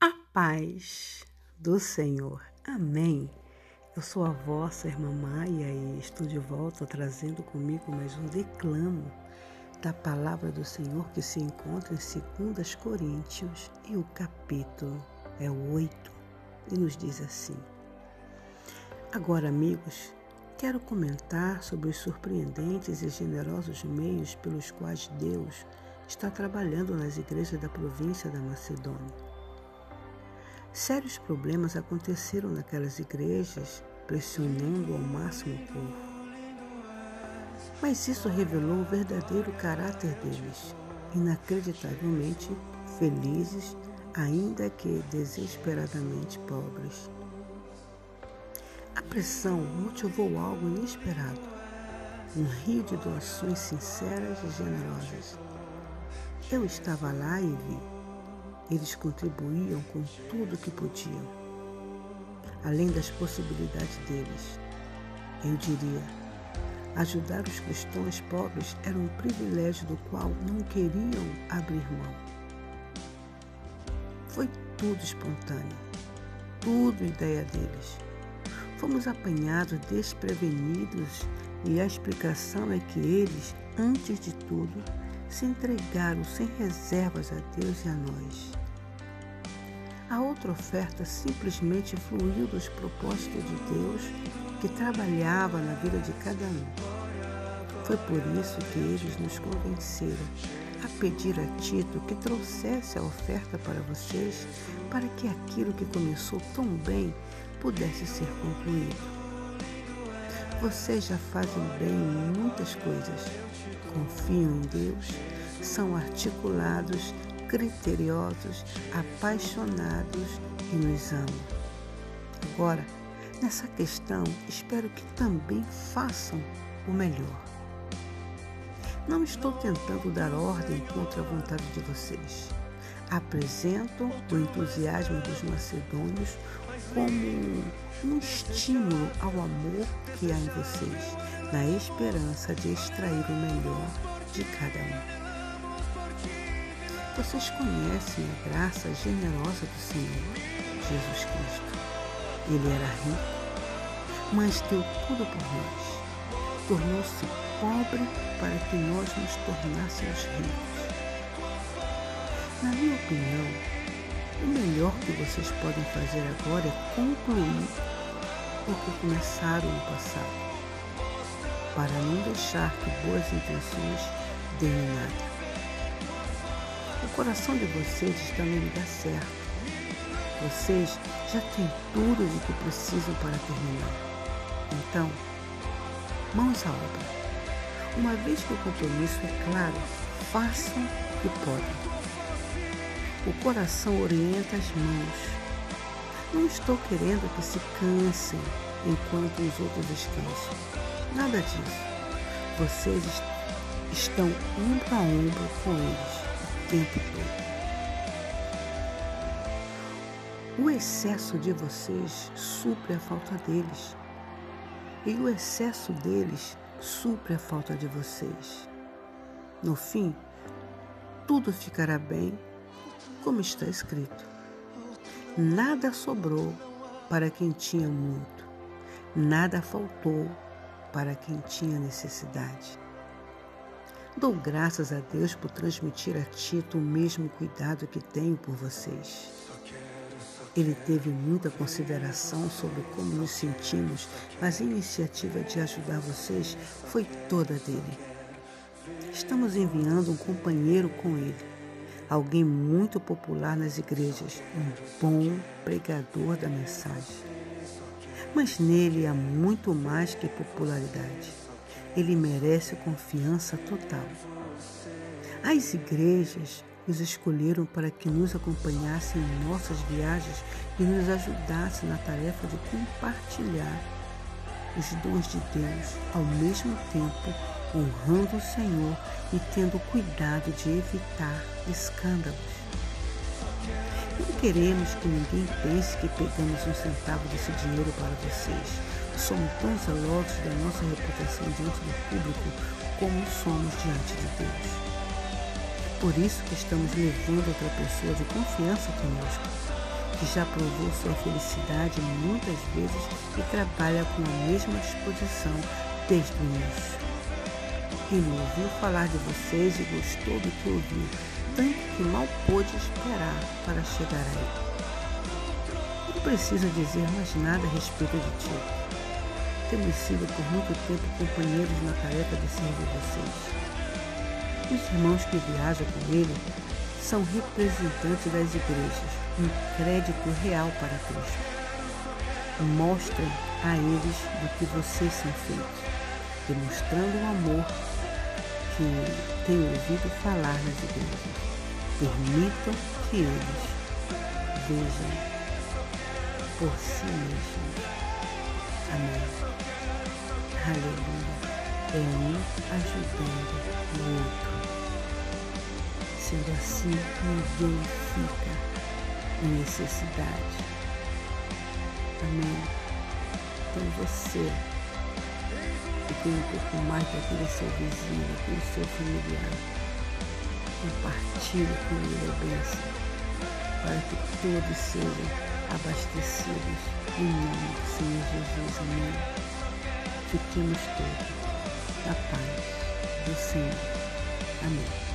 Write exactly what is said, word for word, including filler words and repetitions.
A paz do Senhor. Amém. Eu sou a vossa irmã Maia e estou de volta trazendo comigo mais um declamo da palavra do Senhor que se encontra em dois Coríntios e o capítulo é o oito e nos diz assim: Agora, amigos, quero comentar sobre os surpreendentes e generosos meios pelos quais Deus está trabalhando nas igrejas da província da Macedônia. Sérios problemas aconteceram naquelas igrejas, pressionando ao máximo o povo. Mas isso revelou o verdadeiro caráter deles, inacreditavelmente felizes, ainda que desesperadamente pobres. A pressão motivou algo inesperado, um rio de doações sinceras e generosas. Eu estava lá e vi. Eles contribuíam com tudo o que podiam, além das possibilidades deles. Eu diria, ajudar os cristãos pobres era um privilégio do qual não queriam abrir mão. Foi tudo espontâneo, tudo ideia deles. Fomos apanhados desprevenidos e a explicação é que eles, antes de tudo, se entregaram sem reservas a Deus e a nós. A outra oferta simplesmente fluiu dos propósitos de Deus que trabalhava na vida de cada um. Foi por isso que eles nos convenceram a pedir a Tito que trouxesse a oferta para vocês, para que aquilo que começou tão bem pudesse ser concluído. Vocês já fazem bem em muitas coisas, confiam em Deus, são articulados, criteriosos, apaixonados e nos amam. Agora, nessa questão, espero que também façam o melhor. Não estou tentando dar ordem contra a vontade de vocês. Apresento o entusiasmo dos macedônios como um estímulo ao amor que há em vocês, na esperança de extrair o melhor de cada um. Vocês conhecem a graça generosa do Senhor Jesus Cristo. Ele era rico, mas deu tudo por nós. Tornou-se pobre para que nós nos tornássemos ricos. Na minha opinião, o melhor que vocês podem fazer agora é concluir o que começaram no passado, para não deixar que boas intenções deem nada. O coração de vocês está no lugar certo. Vocês já têm tudo o que precisam para terminar. Então, mãos à obra. Uma vez que o compromisso é claro, façam o que podem. O coração orienta as mãos. Não estou querendo que se cansem enquanto os outros descansam. Nada disso. Vocês estão ombro a ombro com eles o tempo todo. O excesso de vocês supre a falta deles. E o excesso deles supre a falta de vocês. No fim, tudo ficará bem, como está escrito. Nada sobrou para quem tinha muito, nada faltou para quem tinha necessidade. Dou graças a Deus por transmitir a Tito o mesmo cuidado que tenho por vocês. Ele teve muita consideração sobre como nos sentimos, mas a iniciativa de ajudar vocês foi toda dele. Estamos enviando um companheiro com ele, alguém muito popular nas igrejas, um bom pregador da mensagem. Mas nele há muito mais que popularidade. Ele merece confiança total. As igrejas nos escolheram para que nos acompanhassem em nossas viagens e nos ajudassem na tarefa de compartilhar os dons de Deus, ao mesmo tempo honrando o Senhor e tendo cuidado de evitar escândalos. Não queremos que ninguém pense que pegamos um centavo desse dinheiro para vocês. Somos tão zelosos da nossa reputação diante do público como somos diante de Deus. Por isso que estamos levando outra pessoa de confiança conosco. que já provou sua felicidade muitas vezes e trabalha com a mesma disposição desde o início. Ele ouviu falar de vocês e gostou do que ouviu, tanto que mal pôde esperar para chegar a ele. Não precisa dizer mais nada a respeito de ti. Temos sido por muito tempo companheiros na tarefa de servir vocês. Os irmãos que viajam com ele são representantes das igrejas, um crédito real para Cristo. Mostrem a eles do que vocês são feitos, demonstrando o amor que têm ouvido falar nas igrejas. Permitam que eles vejam por si mesmos. Amém. Aleluia. É um ajudando o outro. Sendo assim, ninguém fica em necessidade. Amém. Então você que tem um pouco mais daquele seu vizinho, daquele seu familiar, compartilhe com ele a bênção, para que todos sejam abastecidos em nome do Senhor Jesus. Amém. Fiquemos todos na paz do Senhor. Amém.